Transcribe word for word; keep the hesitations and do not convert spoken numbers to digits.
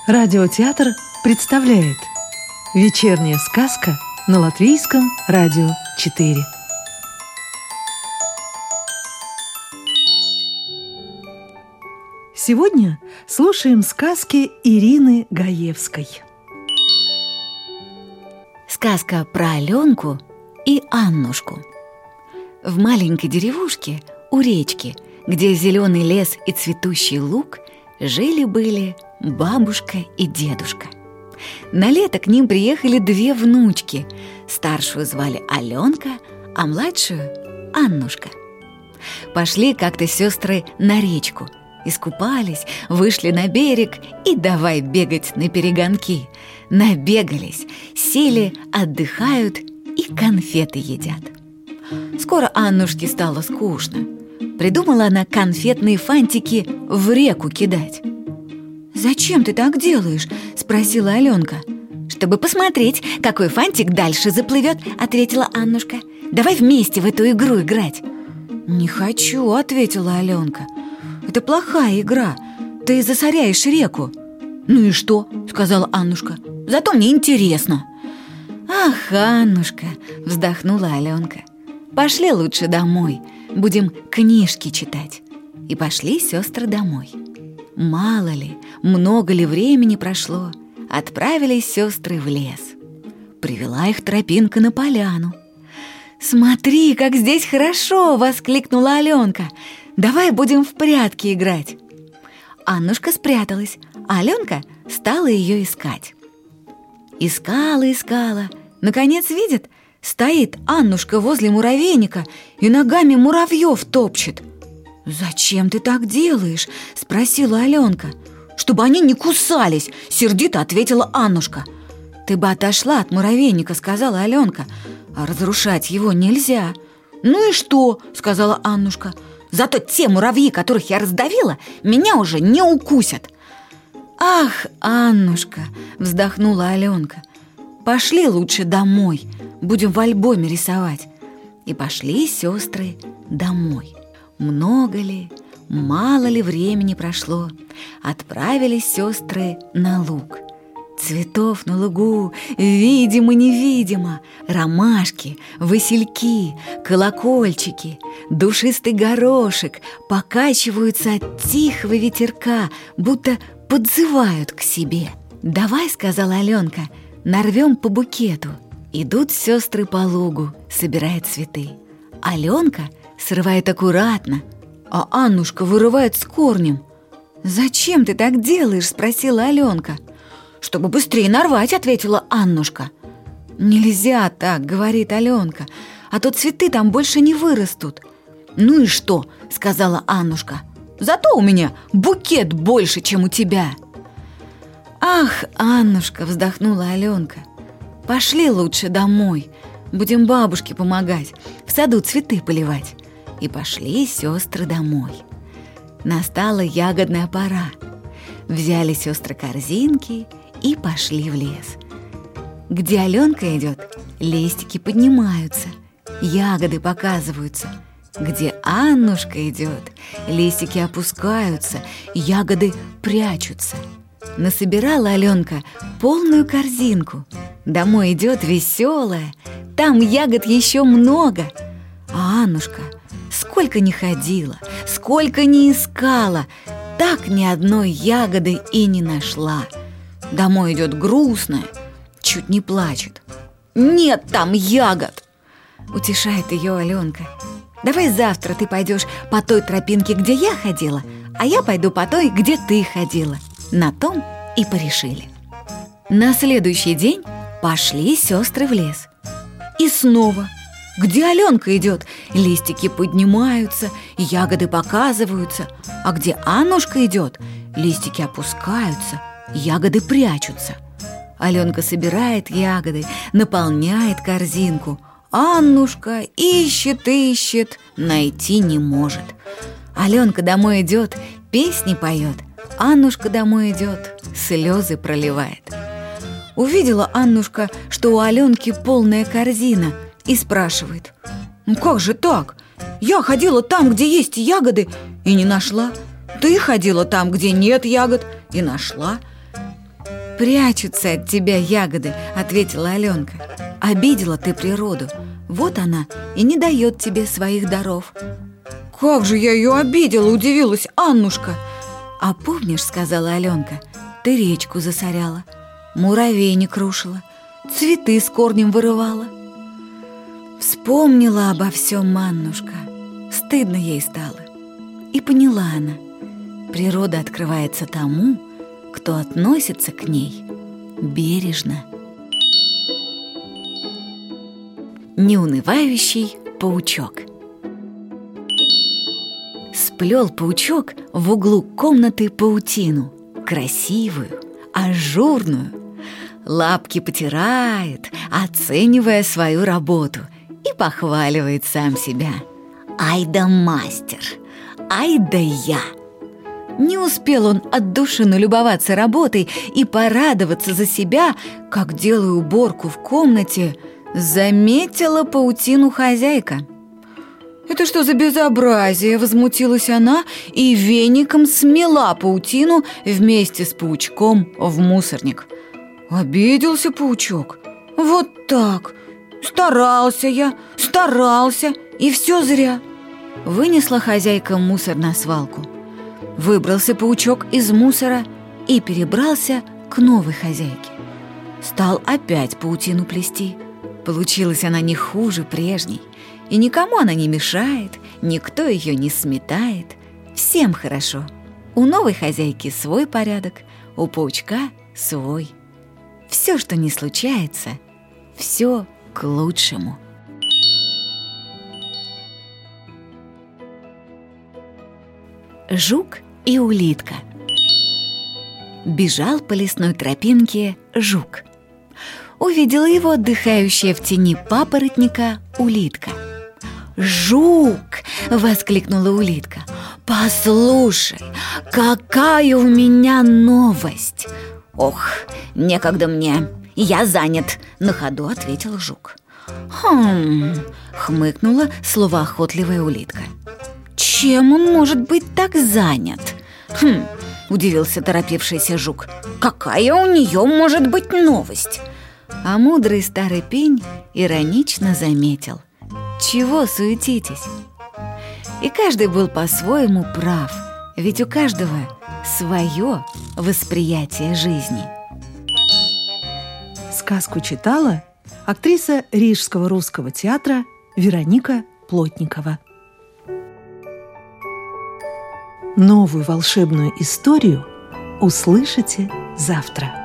Радиотеатр представляет «Вечерняя сказка» на Латвийском радио четыре. Сегодня слушаем сказки Ирины Гаевской. Сказка про Аленку и Аннушку. В маленькой деревушке у речки, где зеленый лес и цветущий луг, жили-были бабушка и дедушка. На лето к ним приехали две внучки. Старшую звали Аленка, а младшую – Аннушка. Пошли как-то сестры на речку, искупались, вышли на берег и давай бегать на перегонки. Набегались, сели, отдыхают и конфеты едят. Скоро Аннушке стало скучно. Придумала она конфетные фантики в реку кидать. «Зачем ты так делаешь?» – спросила Аленка. «Чтобы посмотреть, какой фантик дальше заплывет», – ответила Аннушка. «Давай вместе в эту игру играть». «Не хочу», – ответила Аленка. «Это плохая игра. Ты засоряешь реку». «Ну и что?» – сказала Аннушка. «Зато мне интересно». «Ах, Аннушка!» – вздохнула Аленка. «Пошли лучше домой, будем книжки читать». И пошли сестры домой. Мало ли, много ли времени прошло, отправились сестры в лес. Привела их тропинка на поляну. «Смотри, как здесь хорошо!» – воскликнула Аленка. «Давай будем в прятки играть». Аннушка спряталась, а Аленка стала ее искать. Искала, искала. Наконец видит, стоит Аннушка возле муравейника и ногами муравьев топчет. «Зачем ты так делаешь?» – спросила Аленка. «Чтобы они не кусались», – сердито ответила Аннушка. «Ты бы отошла от муравейника», – сказала Аленка. «А разрушать его нельзя». «Ну и что?» – сказала Аннушка. «Зато те муравьи, которых я раздавила, меня уже не укусят». «Ах, Аннушка!» – вздохнула Аленка. «Пошли лучше домой, будем в альбоме рисовать». И пошли сестры домой. Много ли, мало ли времени прошло, отправились сестры на луг. Цветов на лугу видимо-невидимо, ромашки, васильки, колокольчики, душистый горошек покачиваются от тихого ветерка, будто подзывают к себе. «Давай», — сказала Аленка, — «нарвем по букету». Идут сестры по лугу, собирая цветы. Аленка срывает аккуратно, а Аннушка вырывает с корнем. «Зачем ты так делаешь?» — спросила Аленка. «Чтобы быстрее нарвать», — ответила Аннушка. «Нельзя так», — говорит Аленка, — «а то цветы там больше не вырастут». «Ну и что?» — сказала Аннушка. «Зато у меня букет больше, чем у тебя». «Ах, Аннушка!» — вздохнула Аленка. «Пошли лучше домой, будем бабушке помогать, в саду цветы поливать». И пошли сестры домой. Настала ягодная пора. Взяли сестры корзинки и пошли в лес. Где Аленка идет, листики поднимаются, ягоды показываются. Где Аннушка идет, листики опускаются, ягоды прячутся. Насобирала Аленка полную корзинку. Домой идет веселая, там ягод еще много. А Аннушка сколько ни ходила, сколько ни искала, так ни одной ягоды и не нашла. Домой идет грустная, чуть не плачет. «Нет там ягод!» Утешает ее Аленка. «Давай завтра ты пойдешь по той тропинке, где я ходила, а я пойду по той, где ты ходила». На том и порешили. На следующий день пошли сестры в лес. И снова, где Аленка идет, листики поднимаются, ягоды показываются, а где Аннушка идет, листики опускаются, ягоды прячутся. Аленка собирает ягоды, наполняет корзинку. Аннушка ищет, ищет, найти не может. Аленка домой идет, песни поет. Аннушка домой идет, слезы проливает. Увидела Аннушка, что у Аленки полная корзина, и спрашивает: «Ну как же так? Я ходила там, где есть ягоды, и не нашла. Ты ходила там, где нет ягод, и нашла. «Прячутся от тебя ягоды», — ответила Аленка. «Обидела ты природу, вот она и не дает тебе своих даров». «Как же я ее обидела!» — удивилась Аннушка. «А помнишь, — сказала Аленка, — ты речку засоряла, муравейник рушила, цветы с корнем вырывала». Вспомнила обо всем Аннушка. Стыдно ей стало. И поняла она: природа открывается тому, кто относится к ней бережно. Неунывающий паучок. Сплел паучок в углу комнаты паутину, красивую, ажурную. Лапки потирает, оценивая свою работу, и похваливает сам себя: «Ай да мастер! Ай да я!» Не успел он от души налюбоваться работой и порадоваться за себя, как, делая уборку в комнате, заметила паутину хозяйка. «Это что за безобразие?» — возмутилась она и веником смела паутину вместе с паучком в мусорник. Обиделся паучок. «Вот так! Старался я, старался, и все зря!» Вынесла хозяйка мусор на свалку. Выбрался паучок из мусора и перебрался к новой хозяйке. Стал опять паутину плести. Получилась она не хуже прежней, и никому она не мешает, никто ее не сметает. Всем хорошо. У новой хозяйки свой порядок, у паучка свой. Все, что не случается, все к лучшему. Жук и улитка. Бежал по лесной тропинке жук. Увидела его отдыхающая в тени папоротника улитка. «Жук!» — воскликнула улитка. «Послушай, какая у меня новость!» «Ох, некогда мне, я занят!» — на ходу ответил жук. «Хм!» — хмыкнула словоохотливая улитка. «Чем он может быть так занят?» «Хм!» — удивился торопившийся жук. «Какая у нее может быть новость?» А мудрый старый пень иронично заметил: «Чего суетитесь?» И каждый был по-своему прав, ведь у каждого свое восприятие жизни. Сказку читала актриса Рижского русского театра Вероника Плотникова. Новую волшебную историю услышите завтра.